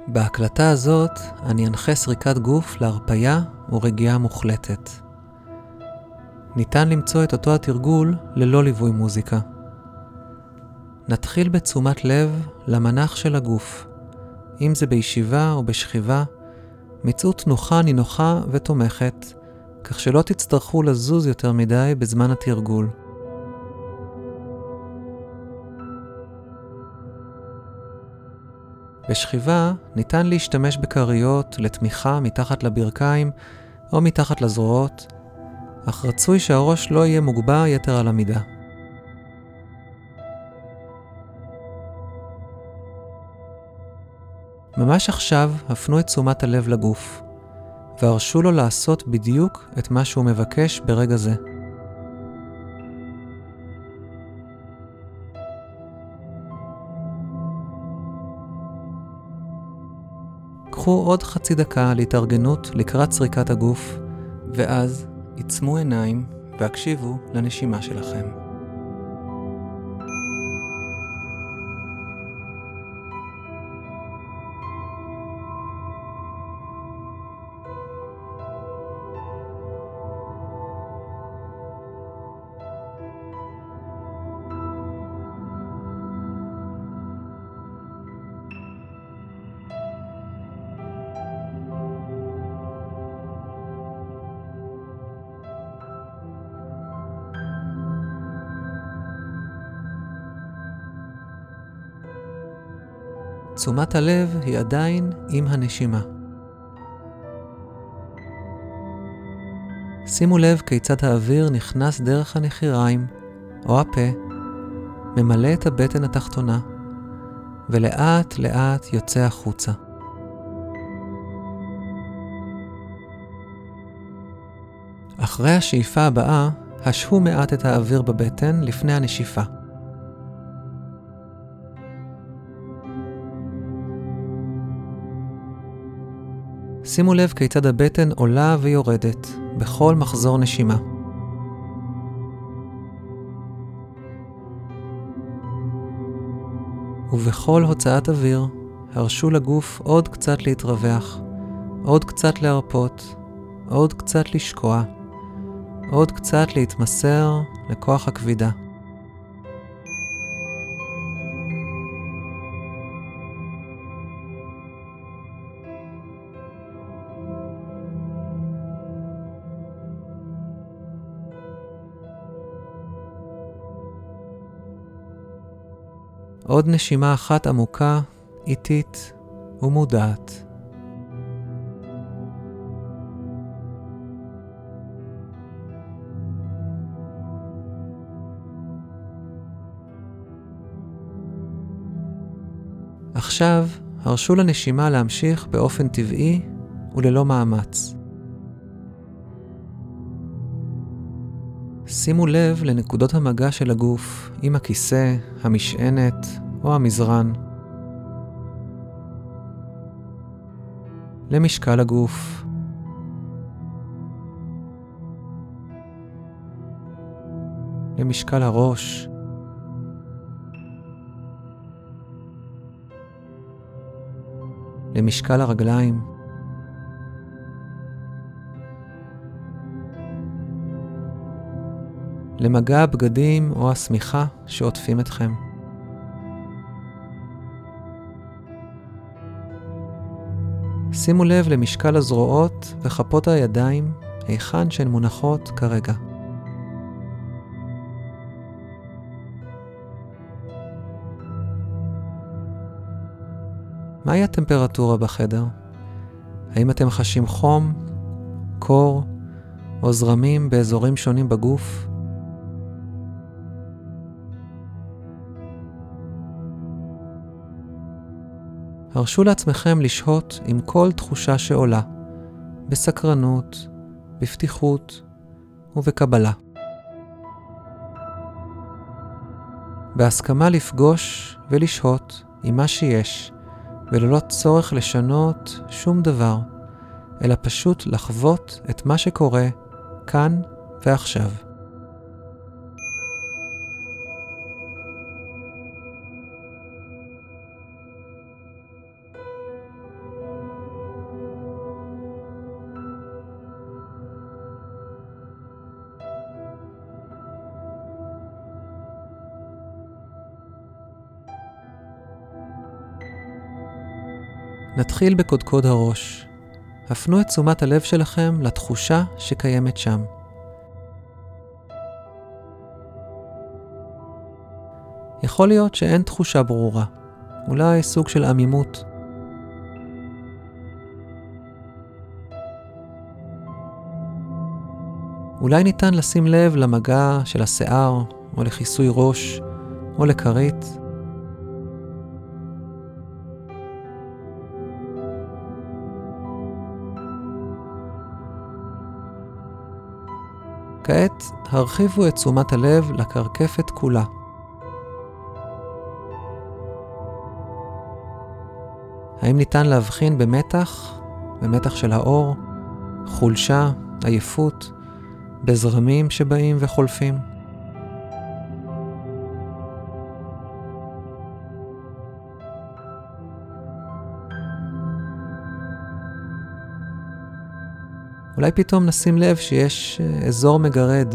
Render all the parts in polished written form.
בהקלטה הזאת אני אנחה סריקת גוף להרפיה ורגיעה מוחלטת. ניתן למצוא את אותו התרגול ללא ליווי מוזיקה. נתחיל בתשומת לב למנח של הגוף, אם זה בישיבה או בשכיבה, מצאות נוחה, נינוחה ותומכת, כך שלא תצטרכו לזוז יותר מדי בזמן התרגול. בשכיבה ניתן להשתמש בקריות לתמיכה מתחת לברכיים או מתחת לזרועות, אך רצוי שהראש לא יהיה מוגבע יתר על המידה. ממש עכשיו הפנו את תשומת הלב לגוף, והרשו לו לעשות בדיוק את מה שהוא מבקש ברגע זה. קחו עוד חצי דקה להתארגנות לקראת סריקת הגוף, ואז עצמו עיניים והקשיבו לנשימה שלכם. תשומת הלב היא עדיין עם הנשימה. שימו לב כיצד האוויר נכנס דרך הנחיריים או הפה, ממלא את הבטן התחתונה, ולאט לאט יוצא החוצה. אחרי השאיפה הבאה, השהו מעט את האוויר בבטן לפני הנשיפה. שימו לב כיצד הבטן עולה ויורדת בכל מחזור נשימה. ובכל הוצאת אוויר, הרשו לגוף עוד קצת להתרווח, עוד קצת להרפות, עוד קצת לשקוע, עוד קצת להתמסר לכוח הכבידה. עוד נשימה אחת עמוקה, איטית ומודעת. עכשיו הרשו לנשימה להמשיך באופן טבעי וללא מאמץ. שימו לב לנקודות המגע של הגוף עם הכיסא, המשענת או המזרן. למשקל הגוף. למשקל הראש. למשקל הרגליים. למגע הבגדים או השמיכה שעוטפים אתכם. שימו לב למשקל הזרועות וכפות הידיים, היכן שהן מונחות כרגע. מהי הטמפרטורה בחדר? האם אתם חשים חום, קור או זרמים באזורים שונים בגוף? הרשו לעצמכם לשהות עם כל תחושה שעולה, בסקרנות, בפתיחות ובקבלה. בהסכמה לפגוש ולשהות עם מה שיש, וללא צורך לשנות שום דבר, אלא פשוט לחוות את מה שקורה כאן ועכשיו. נתחיל בקודקוד הראש. הפנו את תשומת הלב שלכם לתחושה שקיימת שם. יכול להיות שאין תחושה ברורה, אולי סוג של עמימות. אולי ניתן לשים לב למגע של השיער, או לכיסוי ראש, או לכרית. כעת הרחיבו את תשומת הלב לקרקפת כולה. האם ניתן להבחין במתח של האור, חולשה, עייפות, בזרמים שבאים וחולפים? אולי פתאום נשים לב שיש אזור מגרד.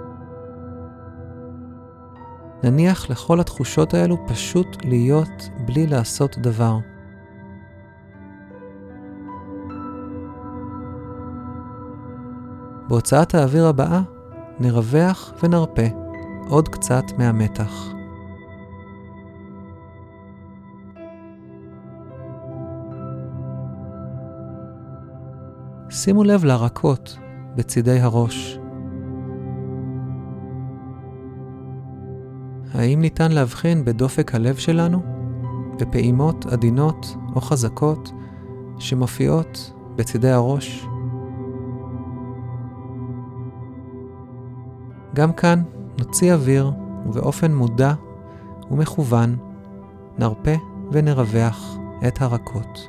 נניח לכל התחושות האלו פשוט להיות בלי לעשות דבר. בהוצאת האוויר הבאה נרווח ונרפה עוד קצת מהמתח. שימו לב לרקות בצידי הראש. האם ניתן להבחין בדופק הלב שלנו, בפעימות עדינות או חזקות שמופיעות בצידי הראש? גם כאן נוציא אוויר ובאופן מודע ומכוון נרפה ונרווח את הרקות.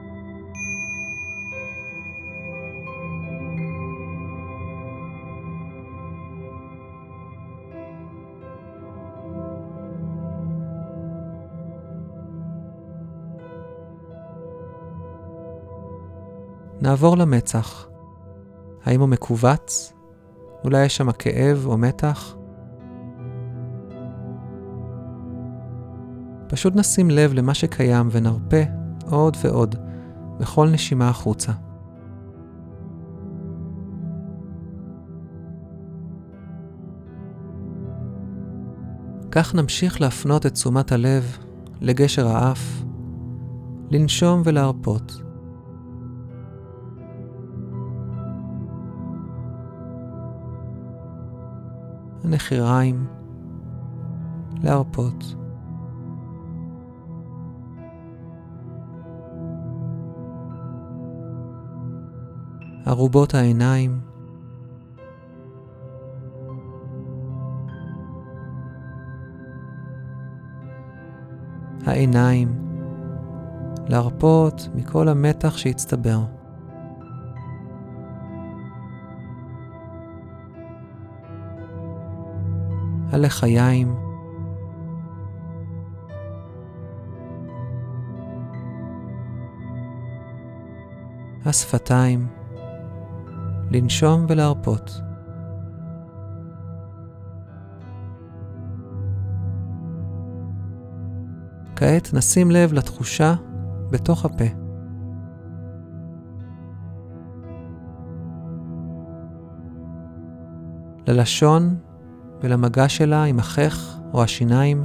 נעבור למצח. האם הוא מקובץ? אולי יש שם כאב או מתח? פשוט נשים לב למה שקיים ונרפה עוד ועוד בכל נשימה החוצה. כך נמשיך להפנות את תשומת הלב לגשר האף, לנשום ולהרפות. הנחיריים, להרפות. ארובות העיניים, העיניים, להרפות מכל המתח שהצטבר. הלחיים, השפתיים, לנשום ולהרפות. כעת נשים לב לתחושה בתוך הפה. ללשון ולמגע שלה עם החך או השיניים.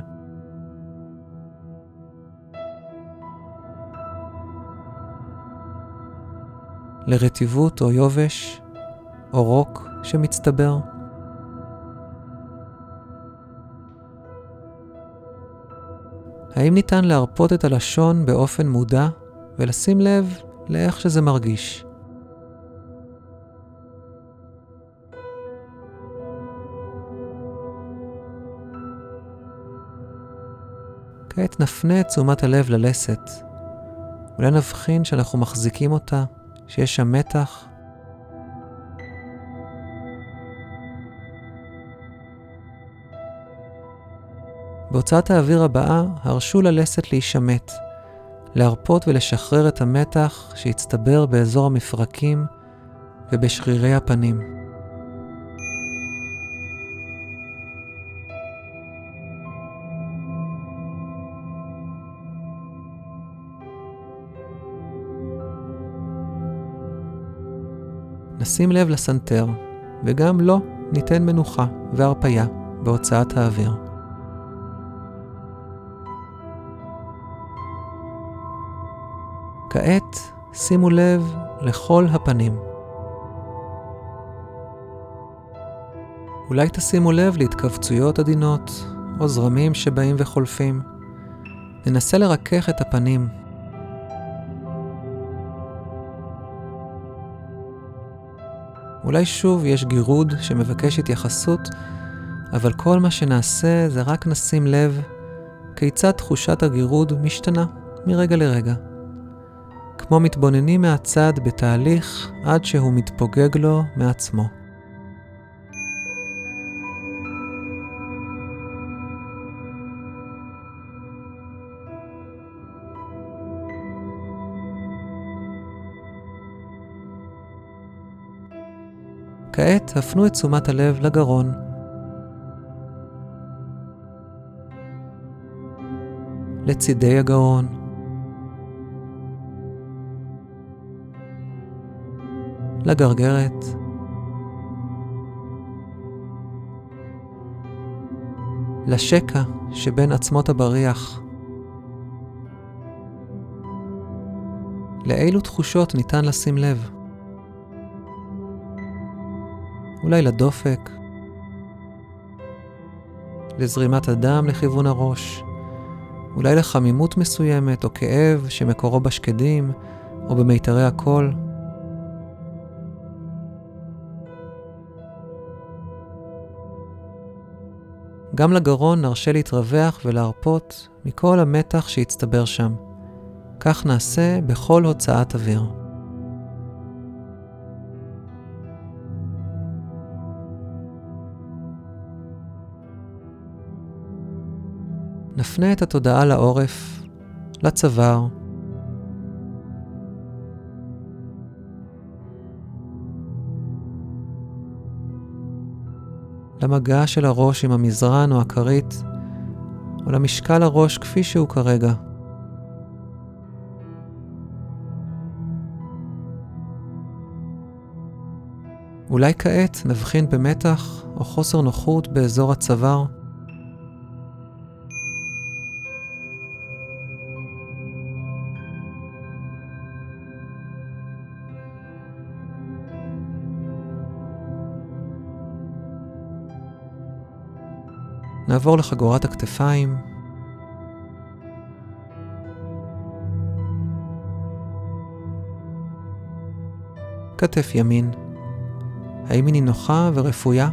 לרטיבות או יובש או רוק שמצטבר. האם ניתן להרפות את הלשון באופן מודע ולשים לב לאיך שזה מרגיש? כעת נפנה את תשומת הלב ללסת. אולי נבחין שאנחנו מחזיקים אותה, שיש שם מתח. בהוצאת האוויר הבאה הרשו ללסת להישמט, להרפות ולשחרר את המתח שהצטבר באזור המפרקים ובשרירי הפנים. נשים לב לסנטר, וגם לו ניתן מנוחה והרפיה בהוצאת האוויר. כעת שימו לב לכל הפנים. אולי תשימו לב להתכווצויות עדינות או זרמים שבאים וחולפים. ננסה לרכך את הפנים. אולי שוב יש גירוד שמבקש התייחסות, אבל כל מה שנעשה זה רק נשים לב כיצד תחושת הגירוד משתנה מרגע לרגע. כמו מתבוננים מהצד בתהליך עד שהוא מתפוגג לו מעצמו. כעת הפנו את תשומת הלב לגרון. לצידי הגרון. לגרגרת. לשקע שבין עצמות הבריח. לאילו תחושות ניתן לשים לב? אולי לדופק, לזרימת הדם לכיוון הראש, אולי לחמימות מסוימת או כאב שמקורו בשקדים או במיתרי הקול. גם לגרון נרשה להתרווח ולהרפות מכל המתח שהצטבר שם. כך נעשה בכל הוצאת אוויר. נפנה את התודעה לעורף, לצוואר, למגע של הראש עם המזרן או הכרית, או למשקל הראש כפי שהוא כרגע. אולי כעת נבחין במתח או חוסר נוחות באזור הצוואר. נעבור לחגורת הכתפיים. כתף ימין. האם היא נינוחה ורפויה?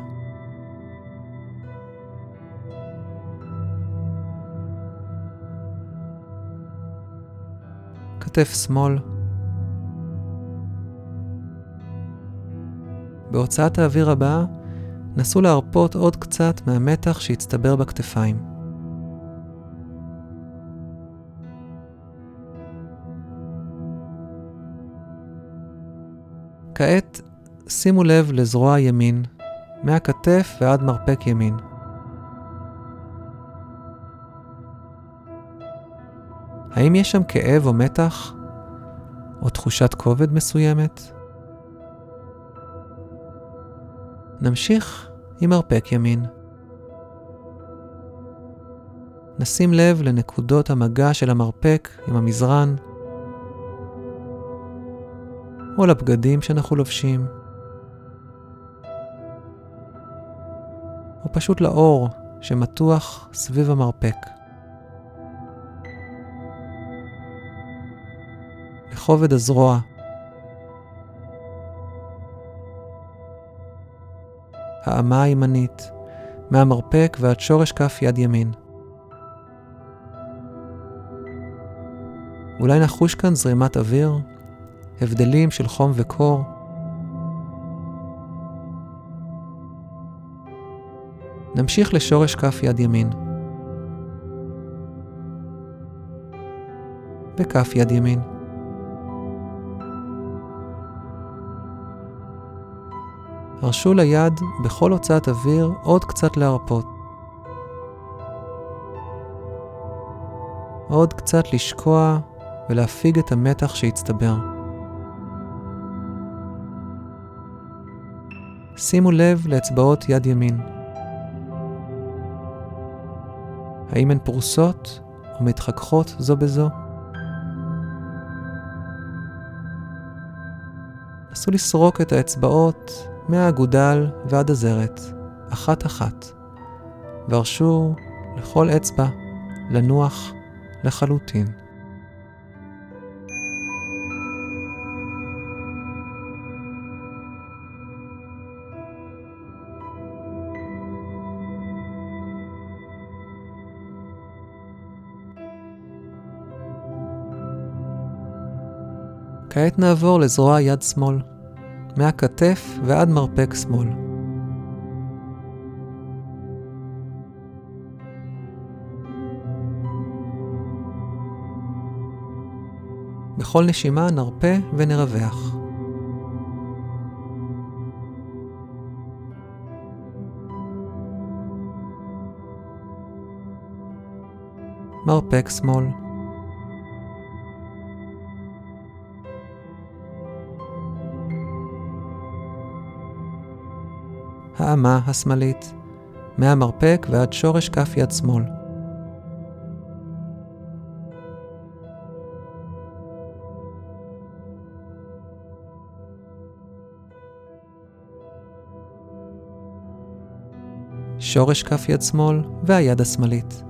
כתף שמאל. בהוצאת האוויר הבאה, נסו להרפות עוד קצת מהמתח שהצטבר בכתפיים. כעת שימו לב לזרוע ימין, מהכתף ועד מרפק ימין. האם יש שם כאב או מתח? או תחושת כובד מסוימת? נמשיך עם מרפק ימין. נשים לב לנקודות המגע של המרפק עם המזרן, או לבגדים שאנחנו לובשים, או פשוט לאור שמתוח סביב המרפק. לכובד הזרוע, האמה הימנית, מהמרפק ועד שורש כף יד ימין. אולי נחוש כאן זרימת אוויר, הבדלים של חום וקור. נמשיך לשורש כף יד ימין. וכף יד ימין. הרשו ליד בכל הוצאת אוויר עוד קצת להרפות. עוד קצת לשקוע ולהפיג את המתח שהצטבר. שימו לב לאצבעות יד ימין. האם הן פרוסות או מתחככות זו בזו? נסו לסרוק את האצבעות מהאגודל ועד הזרת, אחת אחת, והרשו לכל אצבע לנוח לחלוטין. כעת נעבור לזרוע יד שמאל, מהכתף ועד מרפק שמאל. בכל נשימה נרפה ונרווח. מרפק שמאל. האמה השמאלית, מהמרפק ועד שורש כף יד שמאל. שורש כף יד שמאל והיד השמאלית.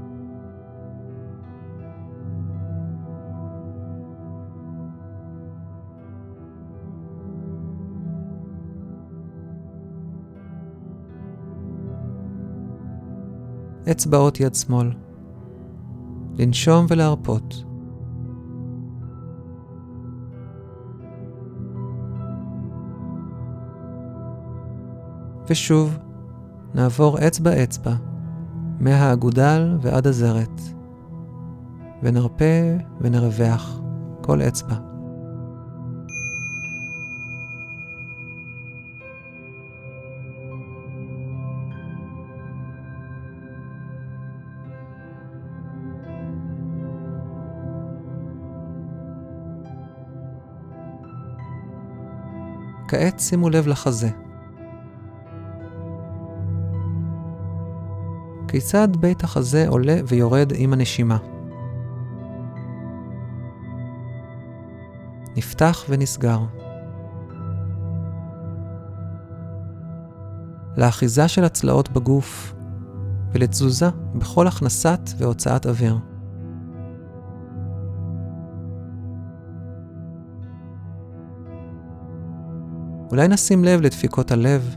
אצבעות יד שמאל. לנשום ולהרפות. ושוב, נעבור אצבע אצבע, מהאגודל ועד הזרת, ונרפה ונרווח כל אצבע. כעת שימו לב לחזה. כיצד בית החזה עולה ויורד עם הנשימה? נפתח ונסגר. לאחיזה של הצלעות בגוף ולתזוזה בכל הכנסת והוצאת אוויר. אולי נשים לב לדפיקות הלב,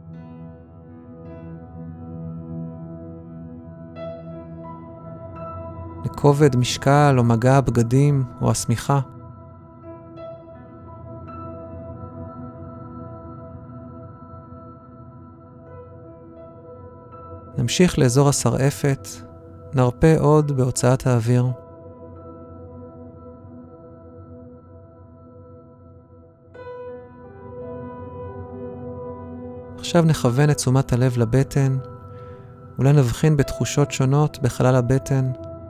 לכובד משקל או מגע הבגדים או השמיכה. נמשיך לאזור השרעפת, נרפה עוד בהוצאת האוויר. עכשיו נכוון את תשומת הלב לבטן, אולי נבחין בתחושות שונות בחלל הבטן.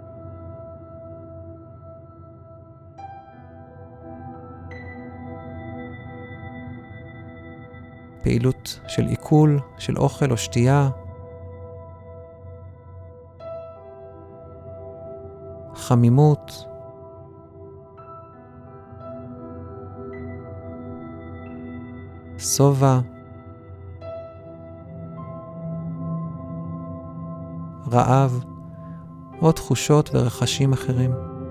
פעילות של עיכול, של אוכל או שתייה. חמימות. סובה. רעב, או תחושות ורחשים אחרים.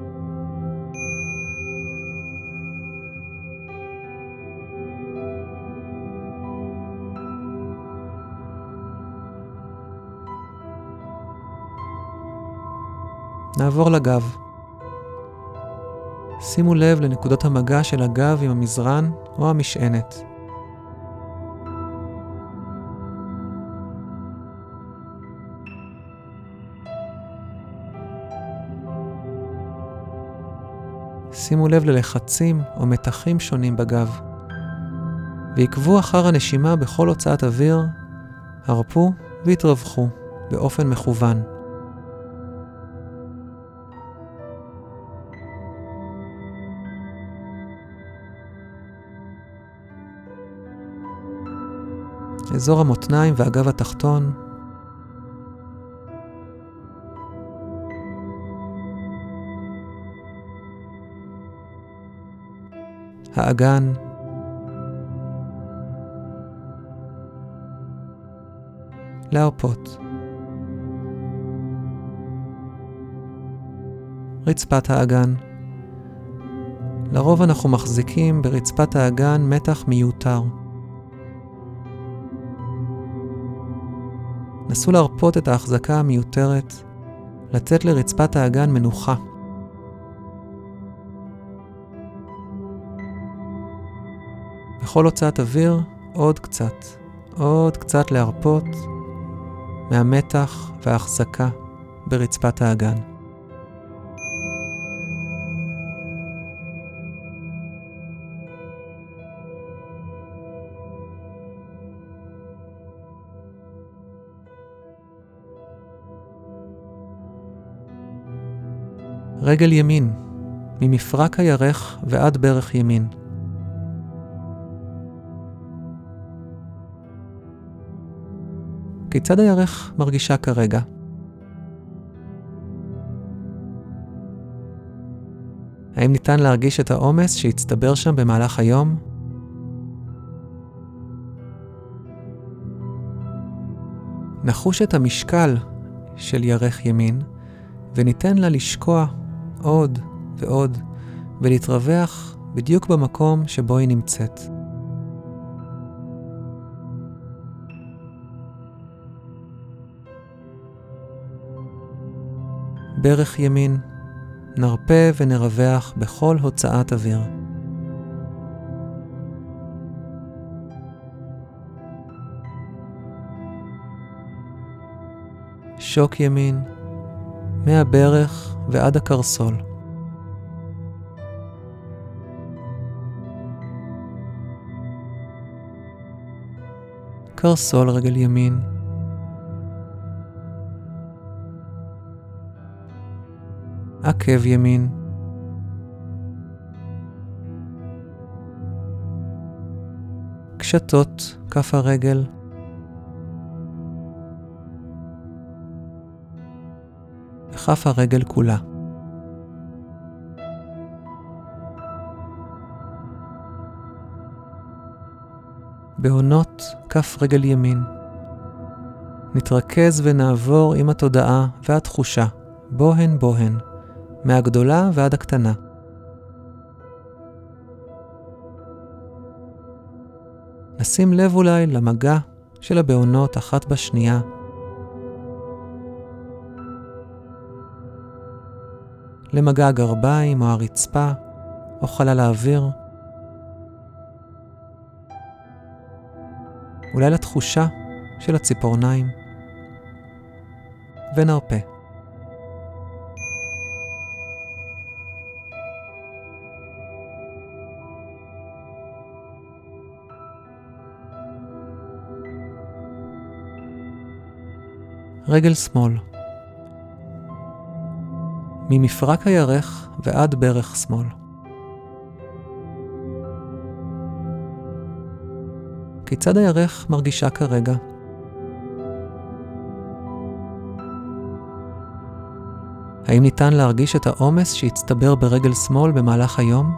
נעבור לגב. שימו לב לנקודות המגע של הגב עם המזרן או המשענת. שימו לב ללחצים או מתחים שונים בגב, ועקבו אחר הנשימה בכל הוצאת אוויר, הרפו והתרווחו באופן מכוון. אזור המותניים והגב התחתון, האגן, להרפות, רצפת האגן. לרוב אנחנו מחזיקים ברצפת האגן מתח מיותר. נסו להרפות את ההחזקה המיותרת, לתת לרצפת האגן מנוחה. בכל הוצאת אוויר, עוד קצת להרפות מהמתח וההחזקה ברצפת האגן. רגל ימין, ממפרק הירך ועד ברך ימין. כיצד הירך מרגישה כרגע? האם ניתן להרגיש את העומס שהצטבר שם במהלך היום? נחוש את המשקל של ירך ימין וניתן לה לשקוע עוד ועוד ולהתרווח בדיוק במקום שבו היא נמצאת. ברך ימין, נרפה ונרווח בכל הוצאת אוויר. שוק ימין, מהברך ועד הקרסול. קרסול רגל ימין. עקב ימין. קשתות כף הרגל. וכף הרגל כולה. בעונות כף רגל ימין. נתרכז ונעבור עם התודעה והתחושה, בוהן, מהגדולה ועד הקטנה. נשים לב אולי למגע של הבעונות אחת בשנייה. למגע הגרביים או הרצפה או חלל האוויר. אולי לתחושה של הציפורניים. ונרפה. רגל שמאל. ממפרק הירך ועד ברך שמאל. כיצד הירך מרגישה כרגע? האם ניתן להרגיש את העומס שהצטבר ברגל שמאל במהלך היום?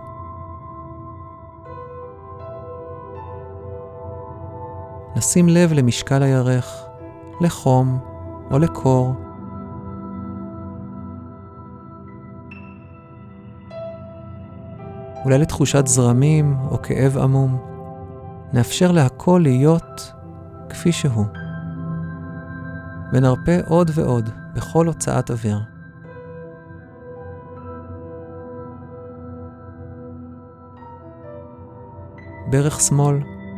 נשים לב למשקל הירך, לחום או לקור. אולי לתחושת זרמים או כאב עמום. נאפשר להכל להיות כפי שהוא. ונרפה עוד ועוד בכל הוצאת אוויר. ברך שמאל.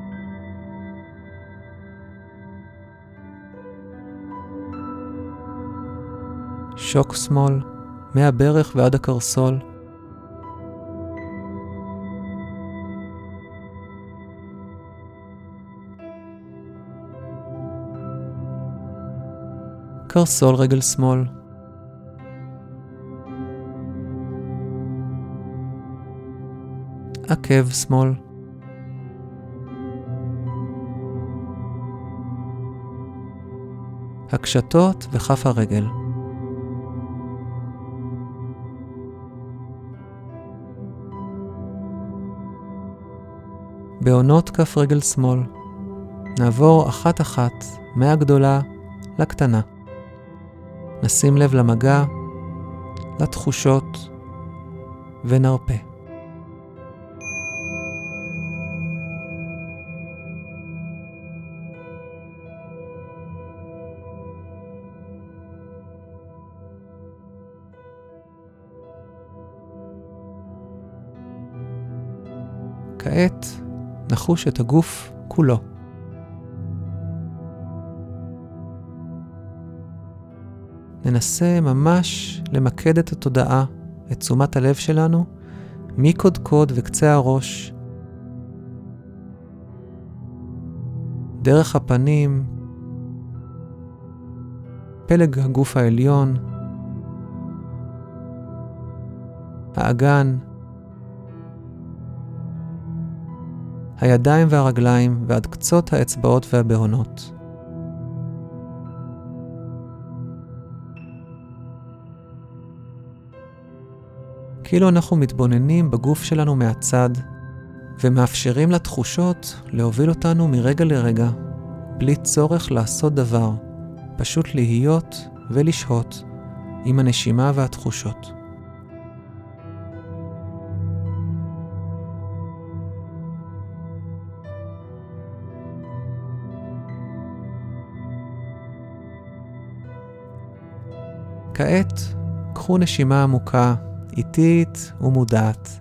שוק שמאל, מהברך ועד הקרסול. קרסול רגל שמאל. עקב שמאל. הקשתות וכף הרגל. בעונות כף רגל שמאל. נעבור אחת מהגדולה לקטנה. נשים לב למגע, לתחושות ונרפה. כעת נחוש את הגוף כולו. ננסה ממש למקד את התודעה, את תשומת הלב שלנו, מקודקוד וקצה הראש, דרך הפנים, פלג הגוף העליון, האגן, הידיים והרגליים ועד קצות האצבעות והבהונות. כאילו אנחנו מתבוננים בגוף שלנו מהצד ומאפשרים לתחושות להוביל אותנו מרגע לרגע, בלי צורך לעשות דבר, פשוט להיות ולשהות עם הנשימה והתחושות. כעת קחו נשימה עמוקה, איטית ומודעת.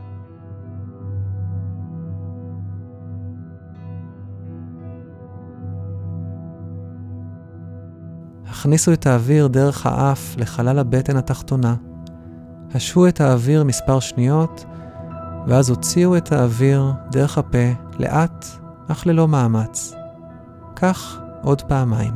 הכניסו את האוויר דרך האף לחלל הבטן התחתונה. השוו את האוויר מספר שניות, ואז הוציאו את האוויר דרך הפה לאט, אך ללא מאמץ. כך עוד פעמיים.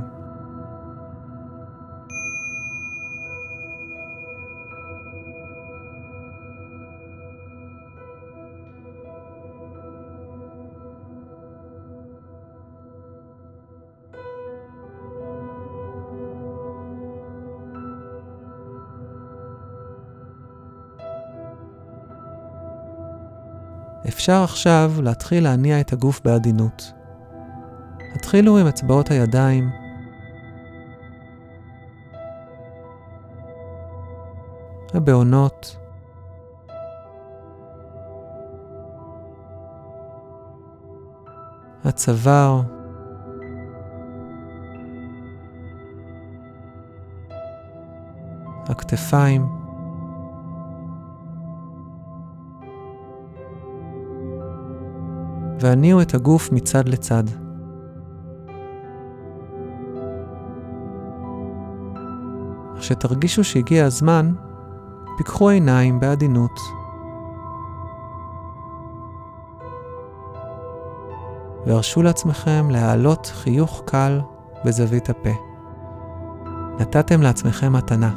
אפשר עכשיו להתחיל להניע את הגוף בעדינות. התחילו עם אצבעות הידיים, הבעונות, הצוואר, הכתפיים, והניעו את הגוף מצד לצד. כשתרגישו שהגיע הזמן, פיקחו עיניים בעדינות. והרשו לעצמכם להעלות חיוך קל בזווית הפה. נתתם לעצמכם מתנה.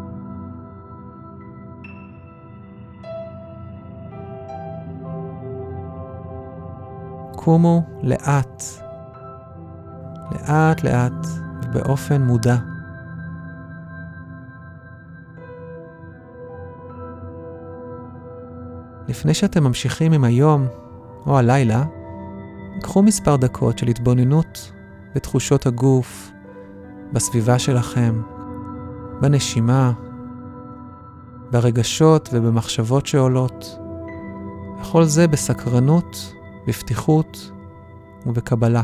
קומו לאט, לאט לאט ובאופן מודע. לפני שאתם ממשיכים עם היום או הלילה, קחו מספר דקות של התבוננות בתחושות הגוף, בסביבה שלכם, בנשימה, ברגשות ובמחשבות שעולות. וכל זה בסקרנות, בפתיחות ובקבלה.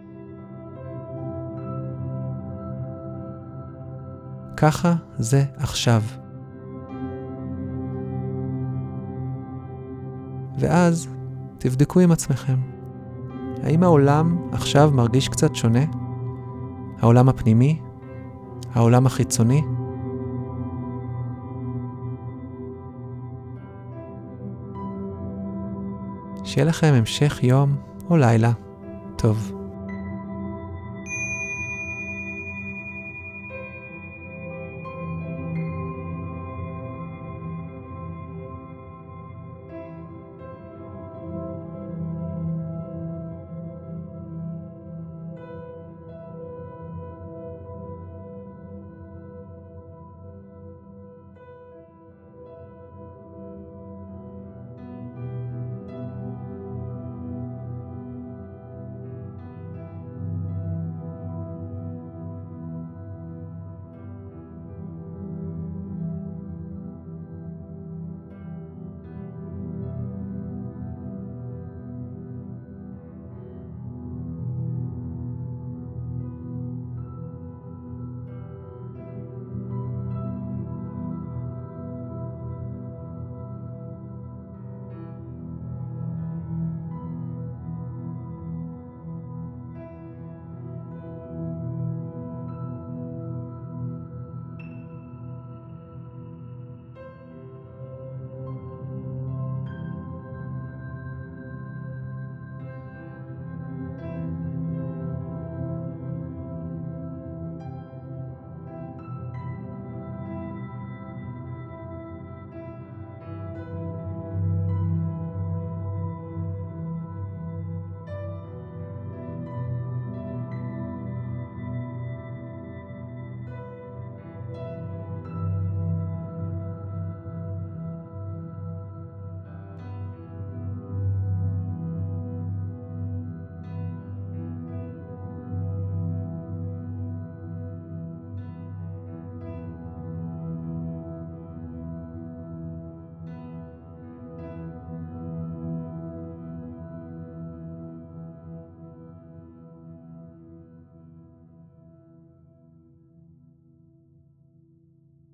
ככה זה עכשיו. ואז תבדקו עם עצמכם. האם העולם עכשיו מרגיש קצת שונה? העולם הפנימי? העולם החיצוני? שיהיה לכם המשך יום או לילה טוב.